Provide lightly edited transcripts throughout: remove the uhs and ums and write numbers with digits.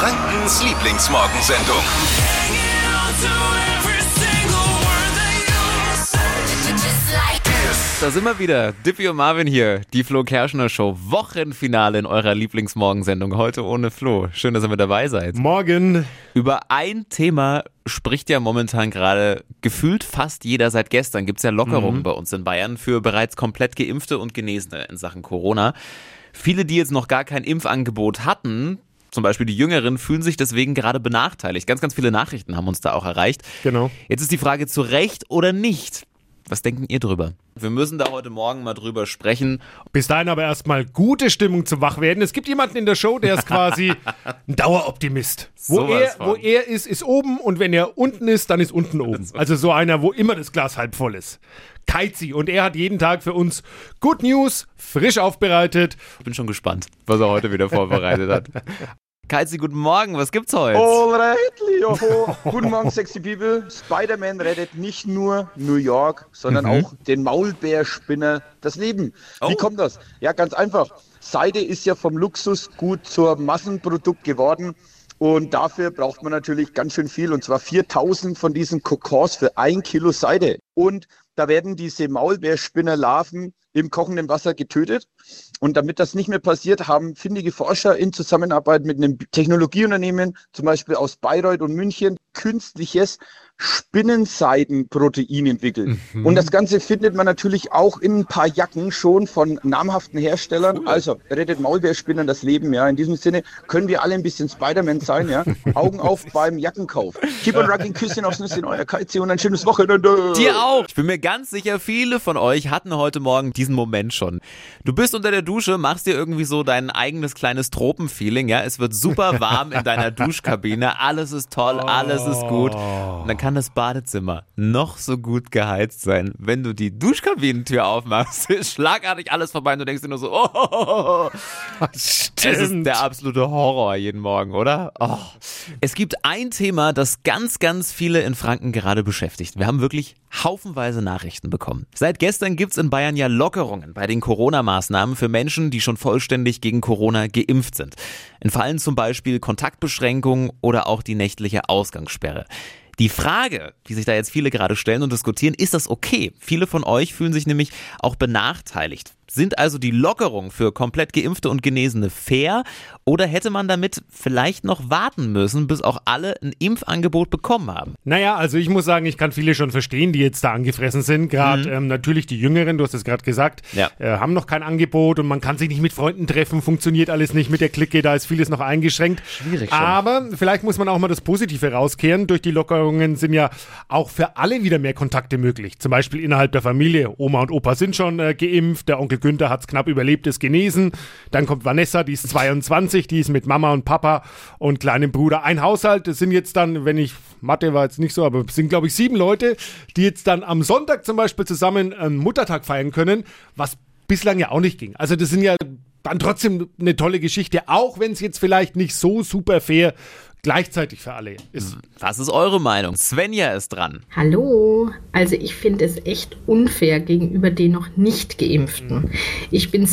Frankens Lieblingsmorgensendung. Da sind wir wieder. Dippy und Marvin hier. Die Flo Kerschner Show. Wochenfinale in eurer Lieblingsmorgensendung. Heute ohne Flo. Schön, dass ihr mit dabei seid. Morgen. Über ein Thema spricht ja momentan gerade gefühlt fast jeder. Seit gestern gibt es ja Lockerungen bei uns in Bayern für bereits komplett Geimpfte und Genesene in Sachen Corona. Viele, die jetzt noch gar kein Impfangebot hatten, zum Beispiel die Jüngeren, fühlen sich deswegen gerade benachteiligt. Ganz, ganz viele Nachrichten haben uns da auch erreicht. Genau. Jetzt ist die Frage, zu Recht oder nicht? Was denken ihr drüber? Wir müssen da heute Morgen mal drüber sprechen. Bis dahin aber erstmal gute Stimmung zum Wachwerden. Es gibt jemanden in der Show, der ist quasi ein Daueroptimist. Wo er ist oben, und wenn er unten ist, dann ist unten oben. Also so einer, wo immer das Glas halb voll ist. Keizi. Und er hat jeden Tag für uns Good News, frisch aufbereitet. Ich bin schon gespannt, was er heute wieder vorbereitet hat. Keizi, guten Morgen, was gibt's heute? Alright, joho. Guten Morgen, sexy people. Spider-Man rettet nicht nur New York, sondern auch den Maulbeerspinner das Leben. Wie kommt das? Ja, ganz einfach. Seide ist ja vom Luxusgut zur Massenprodukt geworden. Und dafür braucht man natürlich ganz schön viel, und zwar 4000 von diesen Kokons für 1 Kilo Seide. Und da werden diese Maulbeerspinnerlarven im kochenden Wasser getötet. Und damit das nicht mehr passiert, haben findige Forscher in Zusammenarbeit mit einem Technologieunternehmen, zum Beispiel aus Bayreuth und München, künstliches Spinnenseidenprotein entwickelt. Und das Ganze findet man natürlich auch in ein paar Jacken schon von namhaften Herstellern. Cool. Also rettet Maulbeerspinnern das Leben. Ja, in diesem Sinne können wir alle ein bisschen Spider-Man sein. Ja, Augen auf beim Jackenkauf. Keep on rocking, Küsschen aufs Nüsschen, euer Keizi, und ein schönes Wochenende. Dir auch. Ich bin mir ganz sicher, viele von euch hatten heute Morgen diesen Moment schon. Du bist unter der Dusche, machst dir irgendwie so dein eigenes kleines Tropenfeeling. Ja, es wird super warm in deiner Duschkabine. Alles ist toll, alles ist gut. Und dann kann das Badezimmer noch so gut geheizt sein. Wenn du die Duschkabinentür aufmachst, ist schlagartig alles vorbei und du denkst dir nur so, es ist der absolute Horror jeden Morgen, oder? Oh. Es gibt ein Thema, das ganz, ganz viele in Franken gerade beschäftigt. Wir haben wirklich haufenweise Nachrichten bekommen. Seit gestern gibt's in Bayern ja Lockerungen bei den Corona-Maßnahmen für Menschen, die schon vollständig gegen Corona geimpft sind. Entfallen zum Beispiel Kontaktbeschränkungen oder auch die nächtliche Ausgangssperre. Die Frage, die sich da jetzt viele gerade stellen und diskutieren, ist das okay? Viele von euch fühlen sich nämlich auch benachteiligt. Sind also die Lockerungen für komplett Geimpfte und Genesene fair, oder hätte man damit vielleicht noch warten müssen, bis auch alle ein Impfangebot bekommen haben? Naja, also ich muss sagen, ich kann viele schon verstehen, die jetzt da angefressen sind. Gerade natürlich die Jüngeren, du hast es gerade gesagt, haben noch kein Angebot und man kann sich nicht mit Freunden treffen, funktioniert alles nicht mit der Clique, da ist vieles noch eingeschränkt. Schwierig schon. Aber vielleicht muss man auch mal das Positive rauskehren. Durch die Lockerungen sind ja auch für alle wieder mehr Kontakte möglich. Zum Beispiel innerhalb der Familie. Oma und Opa sind schon geimpft, der Onkel Günther hat es knapp überlebt, ist genesen. Dann kommt Vanessa, die ist 22, die ist mit Mama und Papa und kleinem Bruder ein Haushalt. Das sind jetzt dann, Mathe war jetzt nicht so, aber es sind, glaube ich, 7 Leute, die jetzt dann am Sonntag zum Beispiel zusammen einen Muttertag feiern können, was bislang ja auch nicht ging. Also das sind ja dann trotzdem eine tolle Geschichte, auch wenn es jetzt vielleicht nicht so super fair gleichzeitig für alle ist. Was ist eure Meinung? Svenja ist dran. Hallo, also ich finde es echt unfair gegenüber den noch nicht Geimpften. Ich bin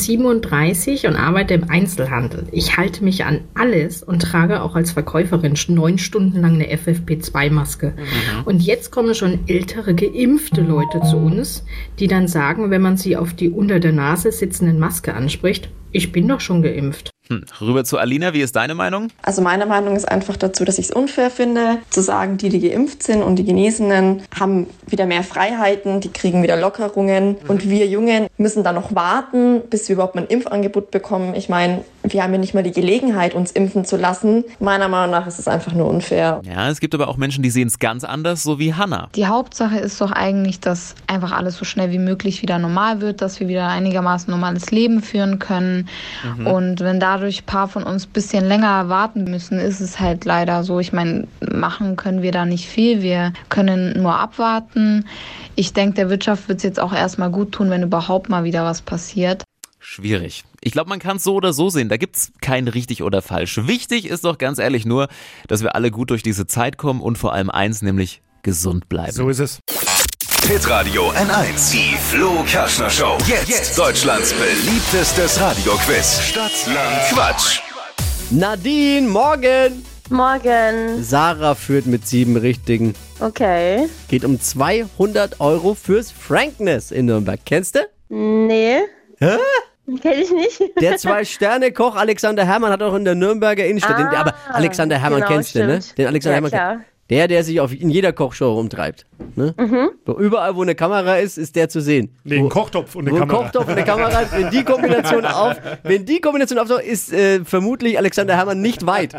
37 und arbeite im Einzelhandel. Ich halte mich an alles und trage auch als Verkäuferin 9 Stunden lang eine FFP2-Maske. Und jetzt kommen schon ältere, geimpfte Leute zu uns, die dann sagen, wenn man sie auf die unter der Nase sitzenden Maske anspricht, ich bin doch schon geimpft. Rüber zu Alina, wie ist deine Meinung? Also meine Meinung ist einfach dazu, dass ich es unfair finde, zu sagen, die geimpft sind und die Genesenen haben wieder mehr Freiheiten, die kriegen wieder Lockerungen und wir Jungen müssen dann noch warten, bis wir überhaupt mal ein Impfangebot bekommen. Ich meine, wir haben ja nicht mal die Gelegenheit, uns impfen zu lassen. Meiner Meinung nach ist es einfach nur unfair. Ja, es gibt aber auch Menschen, die sehen es ganz anders, so wie Hannah. Die Hauptsache ist doch eigentlich, dass einfach alles so schnell wie möglich wieder normal wird, dass wir wieder einigermaßen normales Leben führen können. Und wenn dadurch ein paar von uns ein bisschen länger warten müssen, ist es halt leider so. Ich meine, machen können wir da nicht viel. Wir können nur abwarten. Ich denke, der Wirtschaft wird es jetzt auch erstmal gut tun, wenn überhaupt mal wieder was passiert. Schwierig. Ich glaube, man kann es so oder so sehen. Da gibt's kein richtig oder falsch. Wichtig ist doch ganz ehrlich nur, dass wir alle gut durch diese Zeit kommen und vor allem eins, nämlich gesund bleiben. So ist es. Hitradio N1, die Flo Kerschner Show. Jetzt Deutschlands beliebtestes Radioquiz. Stadt, Land, Quatsch. Nadine, morgen! Morgen. Sarah führt mit 7 Richtigen. Okay. Geht um 200 € fürs Frankness in Nürnberg. Kennst du? Nee. Hä? Kenn ich nicht. Der 2-Sterne-Koch Alexander Herrmann hat auch in der Nürnberger Innenstadt. Aber Alexander Herrmann genau, kennst du, ne? Den Alexander Herrmann klar. Der sich in jeder Kochshow rumtreibt. Ne? Überall, wo eine Kamera ist der zu sehen. Nee, ein Kochtopf und eine Kamera. Ein Kochtopf und eine Kamera, wenn die Kombination auftaucht, ist vermutlich Alexander Herrmann nicht weit.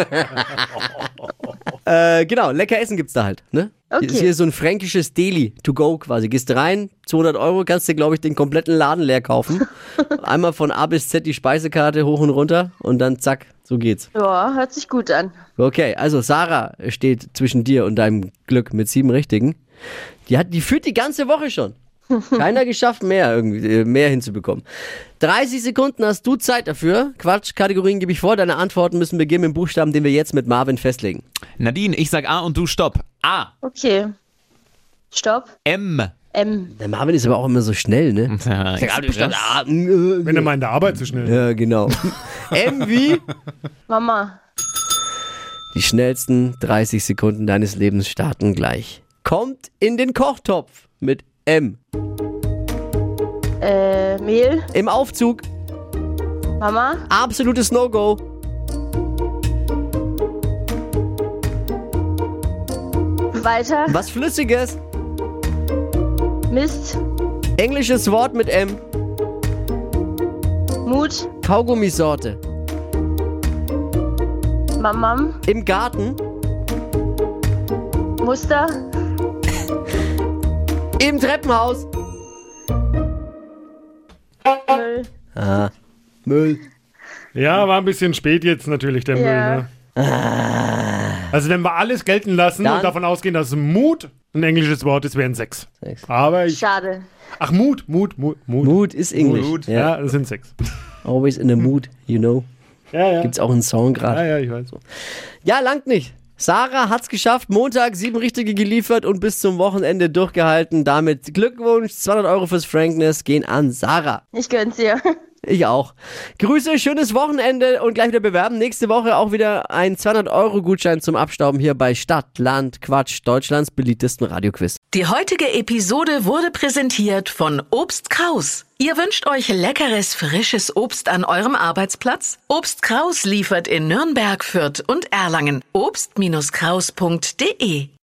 Genau, lecker Essen gibt's da halt. Ne? Okay. Hier ist so ein fränkisches Deli to go quasi. Gehst rein, 200 €, kannst dir, glaube ich, den kompletten Laden leer kaufen. Einmal von A bis Z die Speisekarte hoch und runter und dann zack, so geht's. Ja, hört sich gut an. Okay, also Sarah steht zwischen dir und deinem Glück mit 7 Richtigen. Die führt die ganze Woche schon. Keiner geschafft, mehr hinzubekommen. 30 Sekunden hast du Zeit dafür. Quatschkategorien gebe ich vor. Deine Antworten müssen beginnen mit dem Buchstaben, den wir jetzt mit Marvin festlegen. Nadine, ich sag A und du Stopp. A. Okay. Stopp. M. Der Marvin ist aber auch immer so schnell, ne? Ja, Wenn er mal in der Arbeit so schnell ist. Ja, genau. M wie? Mama. Die schnellsten 30 Sekunden deines Lebens starten gleich. Kommt in den Kochtopf mit M. Mehl. Im Aufzug. Mama. Absolutes No-Go. Weiter. Was Flüssiges. Mist. Englisches Wort mit M. Mut. Kaugummisorte. Mamam. Im Garten. Muster. Im Treppenhaus. Müll. Müll. Ja, war ein bisschen spät jetzt natürlich, der Müll. Ne? Also wenn wir alles gelten lassen Dann? und davon ausgehen, dass Mut ein englisches Wort ist, wären 6. Aber Schade. Ach, Mut. Mood ist Englisch. Mut. Ja, das sind 6. Always in a mood, you know. Ja. Gibt's auch einen Song gerade. Ja, ich weiß. Ja, langt nicht. Sarah hat's geschafft, Montag 7 Richtige geliefert und bis zum Wochenende durchgehalten. Damit Glückwunsch, 200 € fürs Frankness gehen an Sarah. Ich gönn's dir. Ich auch. Grüße, schönes Wochenende und gleich wieder bewerben. Nächste Woche auch wieder ein 200-€ zum Abstauben hier bei Stadt, Land, Quatsch, Deutschlands beliebtesten Radioquiz. Die heutige Episode wurde präsentiert von Obst Kraus. Ihr wünscht euch leckeres, frisches Obst an eurem Arbeitsplatz? Obst Kraus liefert in Nürnberg, Fürth und Erlangen. Obst-Kraus.de